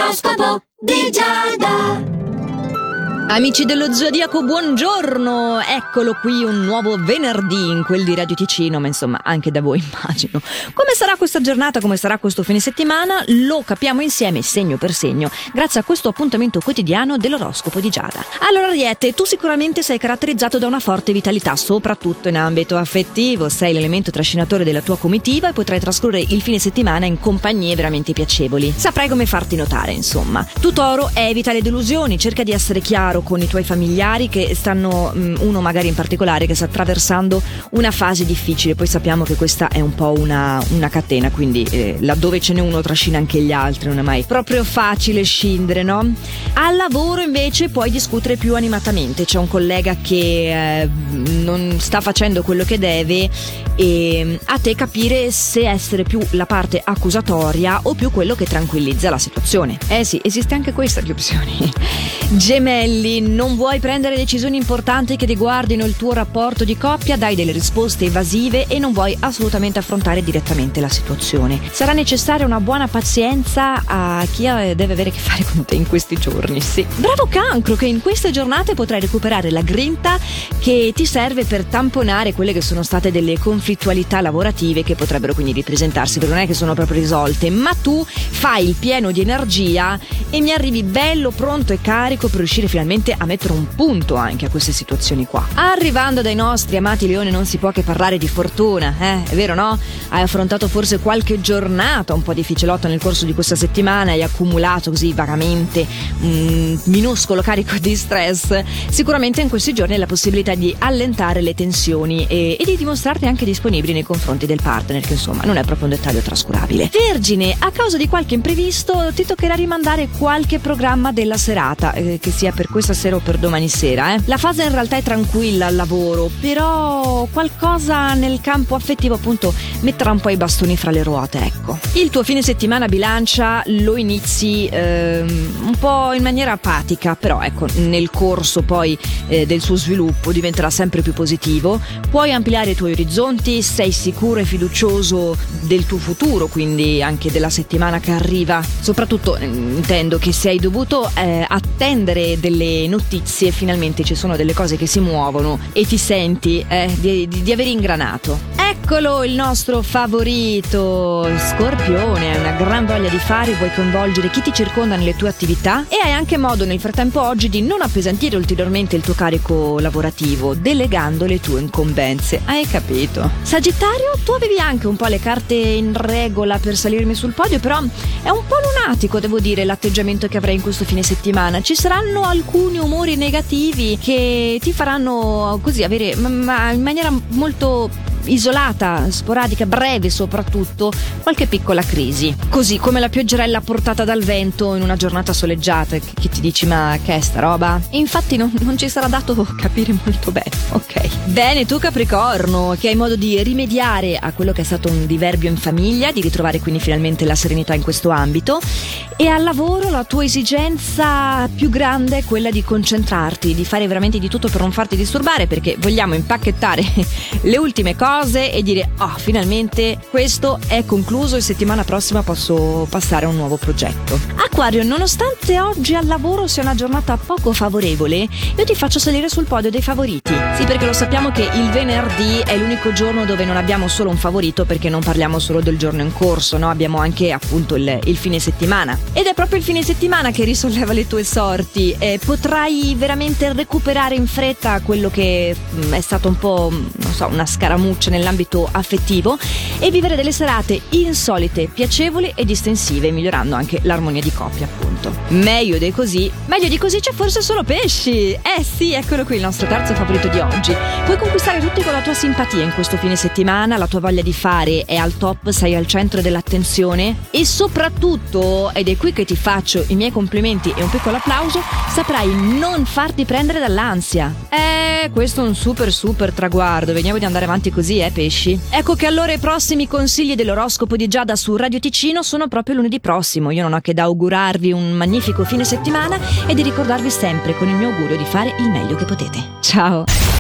L'oroscopo di Giada. Amici dello Zodiaco, buongiorno! Eccolo qui, un nuovo venerdì in quel di Radio Ticino, ma insomma anche da voi immagino. Come sarà questa giornata, come sarà questo fine settimana, lo capiamo insieme segno per segno, grazie a questo appuntamento quotidiano dell'oroscopo di Giada. Allora Ariete, tu sicuramente sei caratterizzato da una forte vitalità, soprattutto in ambito affettivo, sei l'elemento trascinatore della tua comitiva e potrai trascorrere il fine settimana in compagnie veramente piacevoli. Saprai come farti notare, insomma. Tu Toro, evita le delusioni, cerca di essere chiaro con i tuoi familiari che stanno, uno magari in particolare che sta attraversando una fase difficile. Poi sappiamo che questa è un po' una catena, quindi laddove ce n'è uno trascina anche gli altri, non è mai proprio facile scindere, no? Al lavoro invece puoi discutere più animatamente, c'è un collega che non sta facendo quello che deve e a te capire se essere più la parte accusatoria o più quello che tranquillizza la situazione. Sì, esiste anche questa di opzioni. Gemelli, non vuoi prendere decisioni importanti che riguardino il tuo rapporto di coppia, dai delle risposte evasive e non vuoi assolutamente affrontare direttamente la situazione. Sarà necessaria una buona pazienza a chi deve avere a che fare con te in questi giorni, sì. Bravo Cancro, che in queste giornate potrai recuperare la grinta che ti serve per tamponare quelle che sono state delle conflittualità lavorative che potrebbero quindi ripresentarsi, perché non è che sono proprio risolte, ma tu fai il pieno di energia e mi arrivi bello, pronto e carico per riuscire finalmente a mettere un punto anche a queste situazioni qua. Arrivando dai nostri amati leoni non si può che parlare di fortuna, è vero, no? Hai affrontato forse qualche giornata un po' difficilotta nel corso di questa settimana, hai accumulato così vagamente un minuscolo carico di stress. Sicuramente in questi giorni hai la possibilità di allentare le tensioni e di dimostrarti anche disponibili nei confronti del partner, che insomma non è proprio un dettaglio trascurabile. Vergine, a causa di qualche imprevisto ti toccherà rimandare qualche programma della serata, che sia per questa sera o per domani sera. La fase in realtà è tranquilla al lavoro, però qualcosa nel campo affettivo appunto metterà un po' i bastoni fra le ruote, ecco. Il tuo fine settimana Bilancia lo inizi un po' in maniera apatica, però ecco nel corso poi del suo sviluppo diventerà sempre più positivo, puoi ampliare i tuoi orizzonti, sei sicuro e fiducioso del tuo futuro, quindi anche della settimana che arriva. Soprattutto intendo che se hai dovuto attendere delle notizie, finalmente ci sono delle cose che si muovono e ti senti di aver ingranato. Eccolo il nostro favorito Scorpione, hai una gran voglia di fare, vuoi coinvolgere chi ti circonda nelle tue attività e hai anche modo nel frattempo oggi di non appesantire ulteriormente il tuo carico lavorativo delegando le tue incombenze, hai capito? Sagittario, tu avevi anche un po' le carte in regola per salirmi sul podio, però è un po' lunatico, devo dire, l'atteggiamento che avrai in questo fine settimana. Ci saranno alcuni umori negativi che ti faranno così avere, ma in maniera molto isolata, sporadica, breve soprattutto, qualche piccola crisi, così come la pioggerella portata dal vento in una giornata soleggiata che ti dici ma che è sta roba? E infatti non ci sarà dato capire molto bene, ok? Bene, tu Capricorno, che hai modo di rimediare a quello che è stato un diverbio in famiglia, di ritrovare quindi finalmente la serenità in questo ambito, e al lavoro la tua esigenza più grande è quella di concentrarti, di fare veramente di tutto per non farti disturbare, perché vogliamo impacchettare le ultime cose e dire finalmente questo è concluso e settimana prossima posso passare a un nuovo progetto. Acquario, nonostante oggi al lavoro sia una giornata poco favorevole, io ti faccio salire sul podio dei favoriti. Sì, perché lo sappiamo che il venerdì è l'unico giorno dove non abbiamo solo un favorito, perché non parliamo solo del giorno in corso, no? Abbiamo anche appunto il fine settimana, ed è proprio il fine settimana che risolleva le tue sorti. Potrai veramente recuperare in fretta quello che è stato un po', non so, una scaramuccia nell'ambito affettivo e vivere delle serate insolite, piacevoli e distensive, migliorando anche l'armonia di coppia, appunto. Meglio di così c'è forse solo Pesci. Sì, eccolo qui il nostro terzo favorito di oggi. Puoi conquistare tutti con la tua simpatia in questo fine settimana, la tua voglia di fare è al top, sei al centro dell'attenzione e soprattutto, ed è qui che ti faccio i miei complimenti e un piccolo applauso, saprai non farti prendere dall'ansia. Questo è un super traguardo, vediamo di andare avanti così, Pesci? Ecco che allora i prossimi consigli dell'oroscopo di Giada su Radio Ticino sono proprio lunedì prossimo. Io non ho che da augurarvi un magnifico fine settimana e di ricordarvi sempre con il mio augurio di fare il meglio che potete. Ciao!